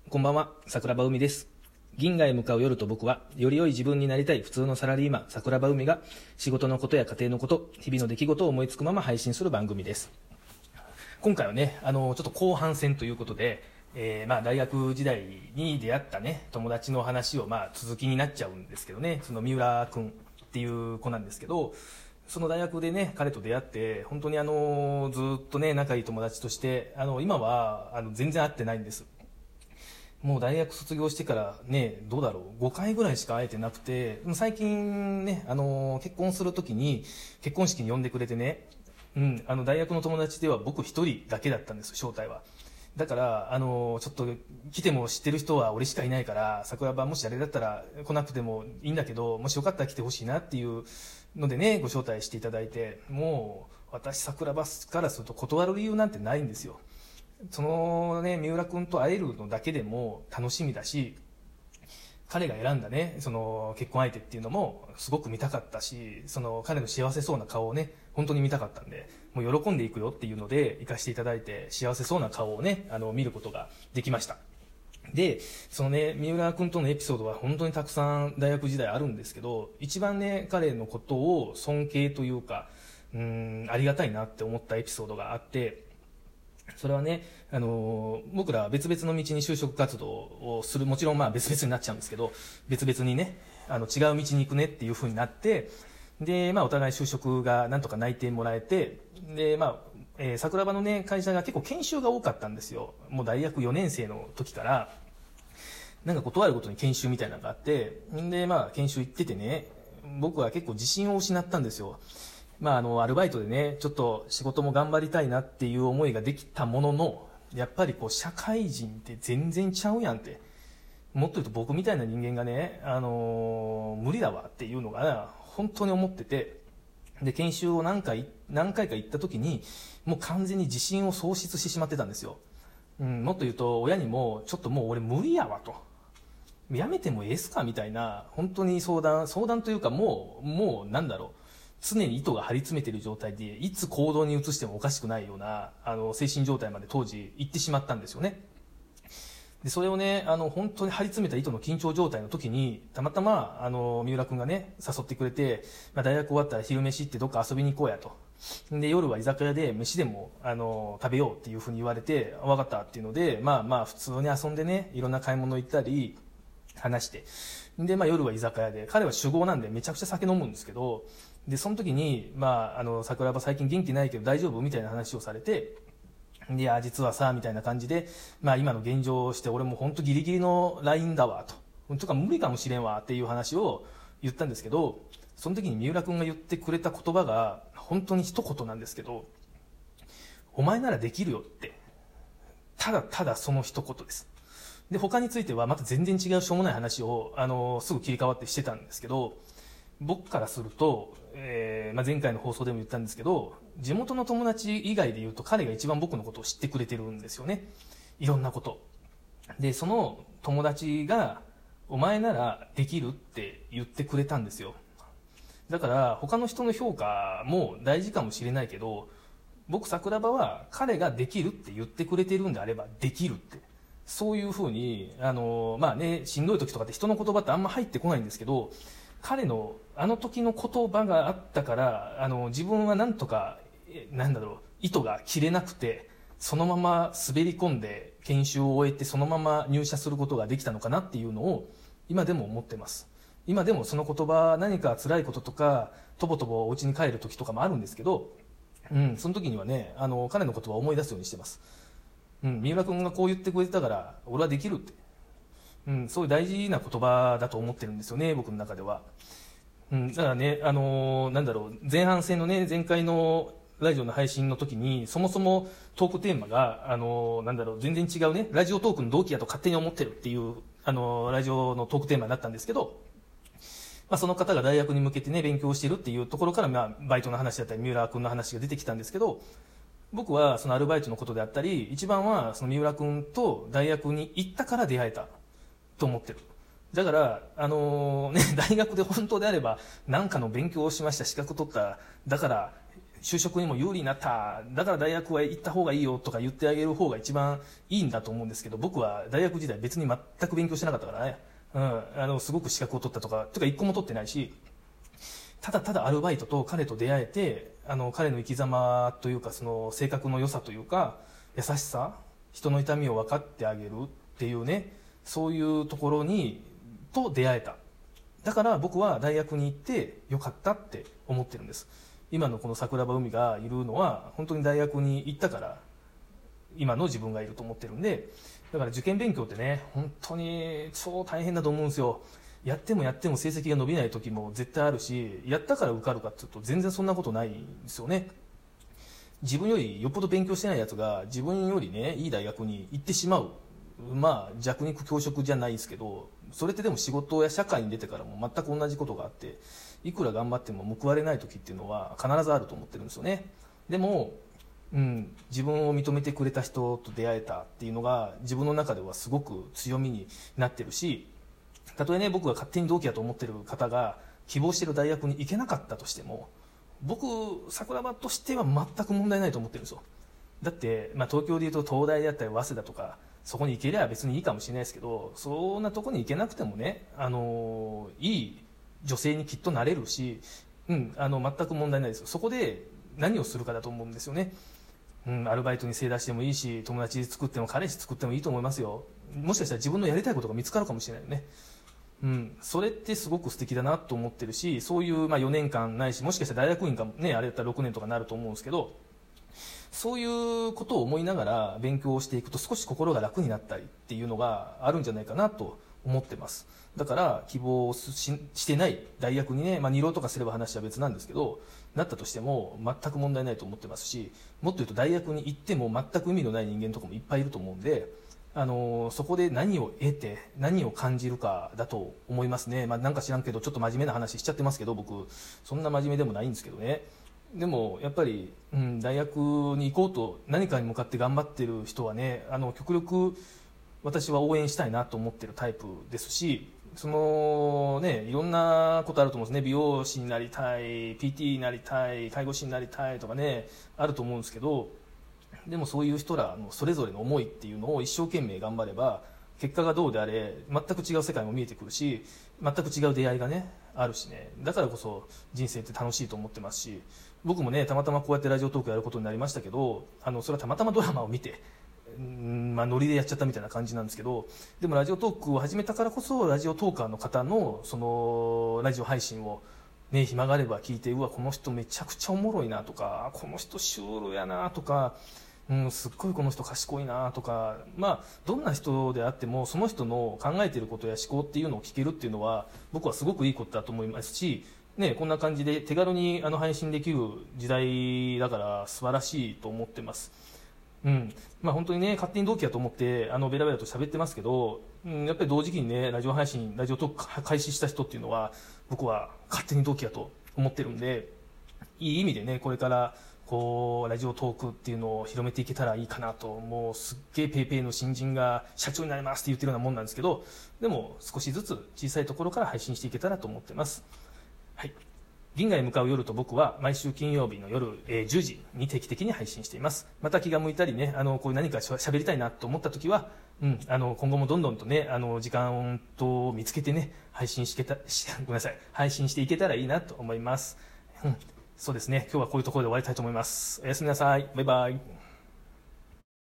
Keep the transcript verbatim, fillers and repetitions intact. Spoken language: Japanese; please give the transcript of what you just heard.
こんばんは、桜庭海です。銀河へ向かう夜と僕は、より良い自分になりたい普通のサラリーマン、桜庭海が、仕事のことや家庭のこと、日々の出来事を思いつくまま配信する番組です。今回はね、あの、ちょっと後半戦ということで、えー、まあ大学時代に出会ったね、友達の話を、まあ続きになっちゃうんですけどね、その三浦君っていう子なんですけど、その大学でね、彼と出会って、本当にあの、ずっとね、仲いい友達として、あの、今は、あの、全然会ってないんです。もう大学卒業してからね、どうだろう、ごかいぐらいしか会えてなくて、最近ね、あの、結婚するときに、結婚式に呼んでくれてね、うん、あの、大学の友達では僕一人だけだったんです、招待は。だから、あの、ちょっと来ても知ってる人は俺しかいないから、桜庭もしあれだったら来なくてもいいんだけど、もしよかったら来てほしいなっていうのでね、ご招待していただいて、もう、私桜庭からすると断る理由なんてないんですよ。そのね、三浦君と会えるのだけでも楽しみだし、彼が選んだね、その結婚相手っていうのもすごく見たかったし、その彼の幸せそうな顔をね、本当に見たかったんで、もう喜んでいくよっていうので行かせていただいて、幸せそうな顔をね、あの見ることができました。で、そのね、三浦君とのエピソードは本当にたくさん大学時代あるんですけど、一番ね、彼のことを尊敬というか、うーん、ありがたいなって思ったエピソードがあって、それはね、あのー、僕らは別々の道に就職活動をする、もちろんまあ別々になっちゃうんですけど、別々にね、あの違う道に行くねっていう風になって、で、まあお互い就職がなんとか内定もらえて、で、まあ、えー、桜庭のね、会社が結構研修が多かったんですよ。もう大学よねん生の時から、なんか断るごとに研修みたいなのがあって、で、まあ研修行っててね、僕は結構自信を失ったんですよ。まあ、あのアルバイトでね、ちょっと仕事も頑張りたいなっていう思いができたものの、やっぱりこう社会人って全然ちゃうやんって、もっと言うと僕みたいな人間がね、あのー、無理だわっていうのが本当に思ってて、で研修を何回何回か行った時にもう完全に自信を喪失してしまってたんですよ。うん、もっと言うと親にもちょっともう俺無理やわと、やめてもええっすかみたいな、本当に相談相談というか、もうもうなんだろう、常に糸が張り詰めている状態で、いつ行動に移してもおかしくないようなあの精神状態まで当時行ってしまったんですよね。でそれをね、あの本当に張り詰めた糸の緊張状態の時に、たまたまあの三浦君がね誘ってくれて、まあ、大学終わったら昼飯ってどっか遊びに行こうやと。で夜は居酒屋で飯でもあの食べようっていうふうに言われて、分かったっていうので、まあまあ普通に遊んでね、いろんな買い物行ったり話して、で、まあ、夜は居酒屋で、彼は酒豪なんでめちゃくちゃ酒飲むんですけど、でその時に、まあ、あの桜庭最近元気ないけど大丈夫みたいな話をされて、いや実はさみたいな感じで、まあ、今の現状をして俺も本当ギリギリのラインだわと、とか無理かもしれんわっていう話を言ったんですけど、その時に三浦君が言ってくれた言葉が本当に一言なんですけど、お前ならできるよって、ただただその一言です。で他についてはまた全然違うしょうもない話をあのすぐ切り替わってしてたんですけど、僕からすると、えーまあ、前回の放送でも言ったんですけど、地元の友達以外で言うと彼が一番僕のことを知ってくれてるんですよね、いろんなことで。その友達がお前ならできるって言ってくれたんですよ。だから他の人の評価も大事かもしれないけど、僕桜庭は彼ができるって言ってくれてるんであればできるって、そういうふうにあの、まあね、しんどい時とかって人の言葉ってあんま入ってこないんですけど、彼のあの時の言葉があったから、あの自分はなんとかなんだろう、糸が切れなくてそのまま滑り込んで研修を終えてそのまま入社することができたのかなっていうのを今でも思ってます。今でもその言葉、何か辛いこととかとぼとぼお家に帰る時とかもあるんですけど、うん、その時にはね、あの彼の言葉を思い出すようにしてます。うん、三浦君がこう言ってくれてたから俺はできるって、うん、そういう大事な言葉だと思ってるんですよね、僕の中では。うん、だからね、あのー、なんだろう、前半戦のね、前回のラジオの配信の時に、そもそもトークテーマが、あのー、なんだろう、全然違うね、ラジオトークの同期やと勝手に思ってるっていう、あのー、ラジオのトークテーマだったんですけど、まあ、その方が大学に向けてね、勉強してるっていうところから、まあ、バイトの話だったり、三浦君の話が出てきたんですけど、僕はそのアルバイトのことであったり、一番はその三浦君と大学に行ったから出会えたと思ってる。だから、あのーね、大学で本当であれば何かの勉強をしました、資格取った、だから就職にも有利になった、だから大学は行った方がいいよとか言ってあげる方が一番いいんだと思うんですけど、僕は大学時代別に全く勉強してなかったからね、うん、あのすごく資格を取ったとかとか一個も取ってないし、ただただアルバイトと彼と出会えて、あの彼の生き様というかその性格の良さというか優しさ、人の痛みを分かってあげるっていうね、そういうところにと出会えた。だから僕は大学に行ってよかったって思ってるんです。今のこの桜庭海がいるのは本当に大学に行ったから今の自分がいると思ってるんで、だから受験勉強ってね本当に超大変だと思うんですよ。やってもやっても成績が伸びない時も絶対あるし、やったから受かるかっていうと全然そんなことないんですよね。自分よりよっぽど勉強してないやつが自分よりねいい大学に行ってしまう、まあ弱肉強食じゃないですけど、それってでも仕事や社会に出てからも全く同じことがあって、いくら頑張っても報われない時っていうのは必ずあると思ってるんですよね。でも、うん、自分を認めてくれた人と出会えたっていうのが自分の中ではすごく強みになってるし、たとえね僕が勝手に同期だと思ってる方が希望している大学に行けなかったとしても、僕桜庭としては全く問題ないと思ってるんですよ。だって、まあ、東京でいうと東大であったり早稲田とかそこに行ければ別にいいかもしれないですけど、そんなとこに行けなくてもね、あのいい女性にきっとなれるし、うん、あの全く問題ないですよ。そこで何をするかだと思うんですよね。うん、アルバイトに精出してもいいし、友達作っても彼氏作ってもいいと思いますよ。もしかしたら自分のやりたいことが見つかるかもしれないよね。うん、それってすごく素敵だなと思ってるし、そういう、まあ、よねんかんないし、もしかしたら大学院かもね、あれだったらろくねんとかなると思うんですけど、そういうことを思いながら勉強をしていくと少し心が楽になったりっていうのがあるんじゃないかなと思ってます。だから希望ししてない大学にね、まあ、二浪とかすれば話は別なんですけど、なったとしても全く問題ないと思ってますし、もっと言うと大学に行っても全く意味のない人間とかもいっぱいいると思うんで、あのそこで何を得て何を感じるかだと思いますね。まあ、なんか知らんけどちょっと真面目な話しちゃってますけど、僕そんな真面目でもないんですけどね。でもやっぱり、うん、大学に行こうと何かに向かって頑張ってる人はね、あの極力私は応援したいなと思ってるタイプですし、そのね、いろんなことあると思うんですね。美容師になりたい、 ピーティー になりたい、介護士になりたいとかね、あると思うんですけど、でもそういう人らのそれぞれの思いっていうのを一生懸命頑張れば結果がどうであれ全く違う世界も見えてくるし、全く違う出会いがねあるしね、だからこそ人生って楽しいと思ってますし、僕もねたまたまこうやってラジオトークやることになりましたけど、あのそれはたまたまドラマを見て、うんまあ、ノリでやっちゃったみたいな感じなんですけど、でもラジオトークを始めたからこそラジオトーカーの方のそのラジオ配信をね、暇があれば聞いて、うわこの人めちゃくちゃおもろいなとか、この人シュールやなとか、うん、すっごいこの人賢いなとか、まあ、どんな人であってもその人の考えていることや思考っていうのを聞けるっていうのは僕はすごくいいことだと思いますし、ね、こんな感じで手軽にあの配信できる時代だから素晴らしいと思ってます。うんまあ、本当にね勝手に同期だと思ってあのベラベラと喋ってますけど、うん、やっぱり同時期にねラジオ配信ラジオトーク開始した人っていうのは僕は勝手に同期だと思ってるんで、いい意味でねこれからこうラジオトークっていうのを広めていけたらいいかなと。もうすっげえペイペイの新人が社長になりますって言ってるようなもんなんですけど、でも少しずつ小さいところから配信していけたらと思ってます。はい、銀河へ向かう夜と僕は毎週金曜日の夜、えー、じゅうじに定期的に配信しています。また気が向いたりね、あのこう何かしゃべりたいなと思った時は、うん、あの今後もどんどんとねあの時間と見つけてね配信してたしごめんなさい配信していけたらいいなと思います。うんそうですね、今日はこういうところで終わりたいと思います。おやすみなさい。バイバイ。